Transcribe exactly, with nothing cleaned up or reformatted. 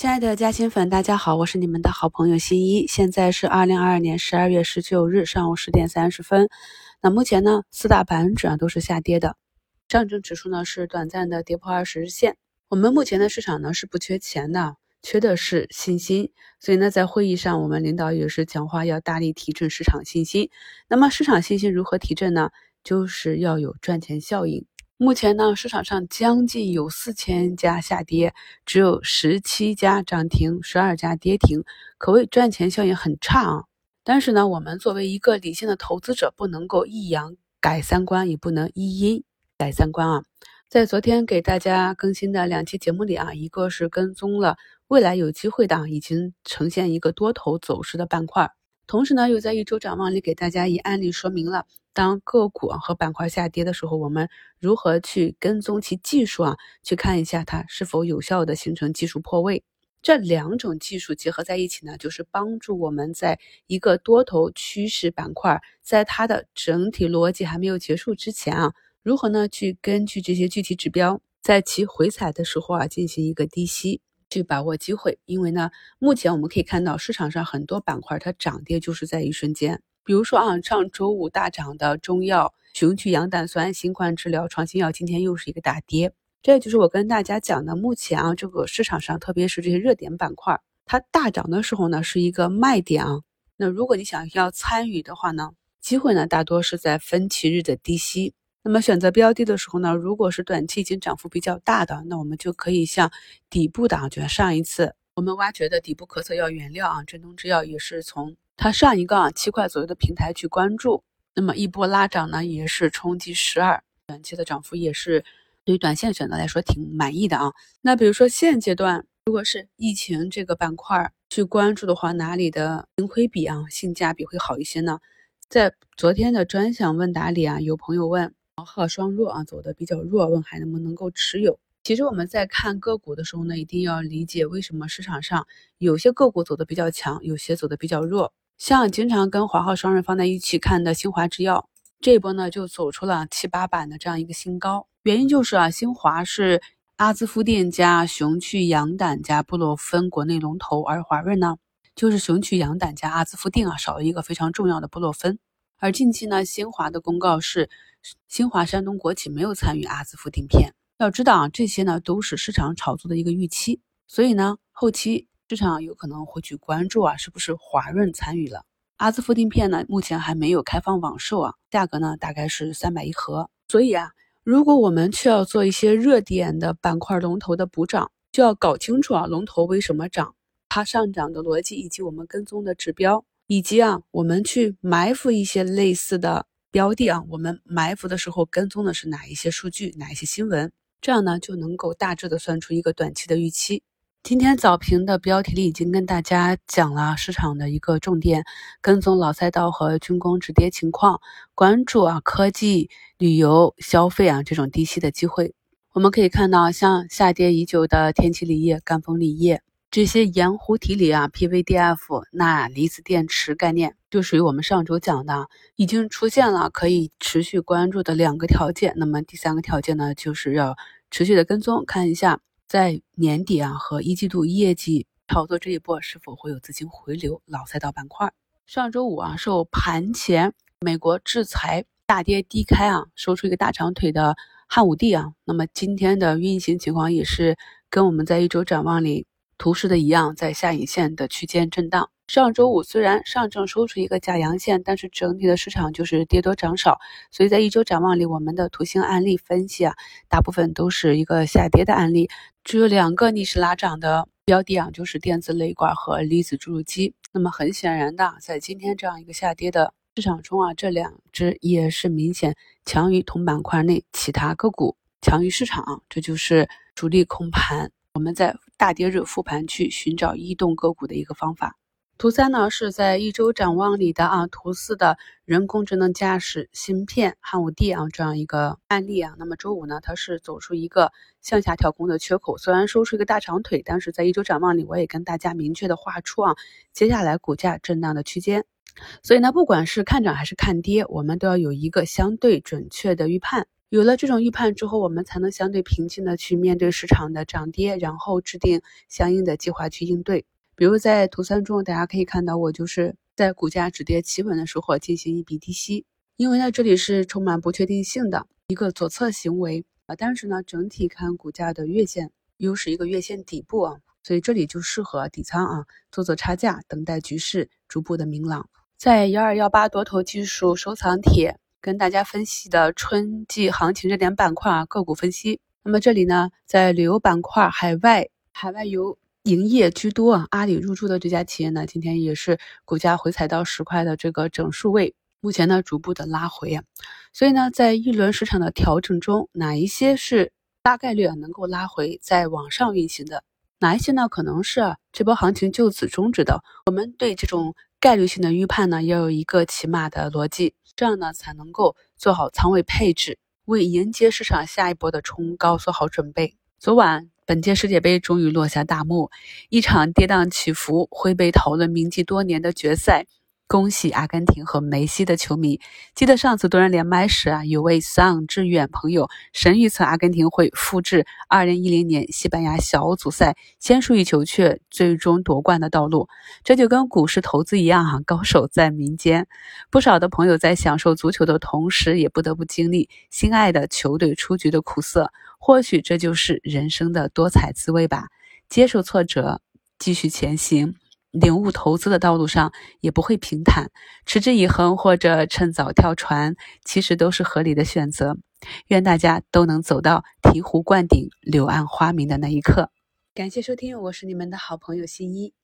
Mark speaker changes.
Speaker 1: 亲爱的嘉兴粉，大家好，我是你们的好朋友新一。现在是二零二二年十二月十九日上午十点三十分。那目前呢，四大板指啊都是下跌的，上证指数呢是短暂的跌破二十日线。我们目前的市场呢是不缺钱的，缺的是信心。所以呢，在会议上，我们领导也是讲话要大力提振市场信心。那么市场信心如何提振呢？就是要有赚钱效应。目前呢，市场上将近有四千家下跌，只有十七家涨停，十二家跌停，可谓赚钱效应很差啊。但是呢，我们作为一个理性的投资者，不能够一阳改三观，也不能一阴改三观啊。在昨天给大家更新的两期节目里啊，一个是跟踪了未来有机会的已经呈现一个多头走势的板块，同时呢，又在一周展望里给大家以案例说明了，当个股和板块下跌的时候，我们如何去跟踪其技术啊，去看一下它是否有效的形成技术破位。这两种技术结合在一起呢，就是帮助我们在一个多头趋势板块，在它的整体逻辑还没有结束之前啊，如何呢去根据这些具体指标，在其回踩的时候啊，进行一个低吸。去把握机会，因为呢，目前我们可以看到市场上很多板块它涨跌就是在一瞬间。比如说啊，上周五大涨的中药、雄曲阳胆酸、新冠治疗、创新药，今天又是一个大跌。这就是我跟大家讲的，目前啊，这个市场上，特别是这些热点板块，它大涨的时候呢，是一个卖点啊。那如果你想要参与的话呢，机会呢大多是在分歧日的低吸。那么选择标的的时候呢，如果是短期已经涨幅比较大的，那我们就可以像底部的啊，就像上一次我们挖掘的底部可测药原料啊，振东制药也是从它上一个啊七块左右的平台去关注，那么一波拉涨呢，也是冲击十二，短期的涨幅也是对于短线选择来说挺满意的啊。那比如说现阶段，如果是疫情这个板块去关注的话，哪里的盈亏比啊，性价比会好一些呢？在昨天的专享问答里啊，有朋友问华浩双弱啊走的比较弱，问还能不能够持有。其实我们在看个股的时候呢，一定要理解为什么市场上有些个股走的比较强，有些走的比较弱。像经常跟华浩双润放在一起看的新华制药，这一波呢就走出了七八板的这样一个新高。原因就是啊，新华是阿兹夫定加雄曲阳胆加布洛芬国内龙头，而华润呢就是雄曲阳胆加阿兹夫定啊，少了一个非常重要的布洛芬。而近期呢，新华的公告是新华山东国企没有参与阿兹夫定片。要知道啊，这些呢都是市场炒作的一个预期，所以呢，后期市场有可能会去关注啊，是不是华润参与了。阿兹夫定片呢，目前还没有开放网售啊，价格呢大概是三百一盒。所以啊，如果我们去要做一些热点的板块龙头的补涨，就要搞清楚啊，龙头为什么涨，它上涨的逻辑，以及我们跟踪的指标，以及啊，我们去埋伏一些类似的标的啊，我们埋伏的时候跟踪的是哪一些数据，哪一些新闻，这样呢就能够大致的算出一个短期的预期。今天早评的标题里已经跟大家讲了市场的一个重点，跟踪老赛道和军工止跌情况，关注啊科技、旅游、消费啊这种低吸的机会。我们可以看到，像下跌已久的天齐锂业、赣锋锂业这些盐湖提锂啊、P V D F、钠离子电池概念，就属于我们上周讲的，已经出现了可以持续关注的两个条件。那么第三个条件呢，就是要持续的跟踪，看一下在年底啊和一季度业绩炒作这一波是否会有资金回流老赛道板块。上周五啊，受盘前美国制裁大跌低开啊，收出一个大长腿的汉武帝啊，那么今天的运行情况也是跟我们在一周展望里图示的一样，在下影线的区间震荡。上周五虽然上证收出一个假阳线，但是整体的市场就是跌多涨少，所以在一周展望里，我们的图形案例分析啊，大部分都是一个下跌的案例，只有两个逆势拉涨的标的啊，就是电子雷管和离子注入机。那么很显然的，在今天这样一个下跌的市场中啊，这两只也是明显强于同板块内其他个股，强于市场，这就是主力控盘。我们在大跌日复盘去寻找异动个股的一个方法。图三呢是在一周展望里的啊，图四的人工智能驾驶芯片汉武帝啊这样一个案例啊。那么周五呢，它是走出一个向下跳空的缺口，虽然收出一个大长腿，但是在一周展望里，我也跟大家明确的画出啊，接下来股价震荡的区间。所以呢，不管是看涨还是看跌，我们都要有一个相对准确的预判。 有了这种预判之后，我们才能相对平静的去面对市场的涨跌，然后制定相应的计划去应对。比如在图三中，大家可以看到我就是在股价止跌企稳的时候进行一笔低吸，因为呢这里是充满不确定性的一个左侧行为啊，但是呢整体看股价的月线又是一个月线底部啊，所以这里就适合底仓啊做做差价，等待局势逐步的明朗。在一二一八多头技术收藏帖跟大家分析的春季行情热点板块啊个股分析。那么这里呢，在旅游板块海外海外游营业居多啊，阿里入驻的这家企业呢，今天也是股价回踩到十块的这个整数位，目前呢逐步的拉回啊。所以呢，在一轮市场的调整中，哪一些是大概率啊能够拉回再往上运行的？哪一些呢可能是啊这波行情就此终止的？我们对这种概率性的预判呢，要有一个起码的逻辑，这样呢才能够做好仓位配置，为迎接市场下一波的冲高做好准备。昨晚本届世界杯终于落下大幕，一场跌宕起伏、会被讨论铭记多年的决赛。恭喜阿根廷和梅西的球迷！记得上次多人连麦时啊，有位丧志远朋友神预测阿根廷会复制二零一零年西班牙小组赛先输一球却最终夺冠的道路。这就跟股市投资一样哈、啊，高手在民间。不少的朋友在享受足球的同时，也不得不经历心爱的球队出局的苦涩。或许这就是人生的多彩滋味吧。接受挫折，继续前行。领悟投资的道路上也不会平坦，持之以恒或者趁早跳船，其实都是合理的选择。愿大家都能走到醍醐灌顶、柳暗花明的那一刻。感谢收听，我是你们的好朋友新一。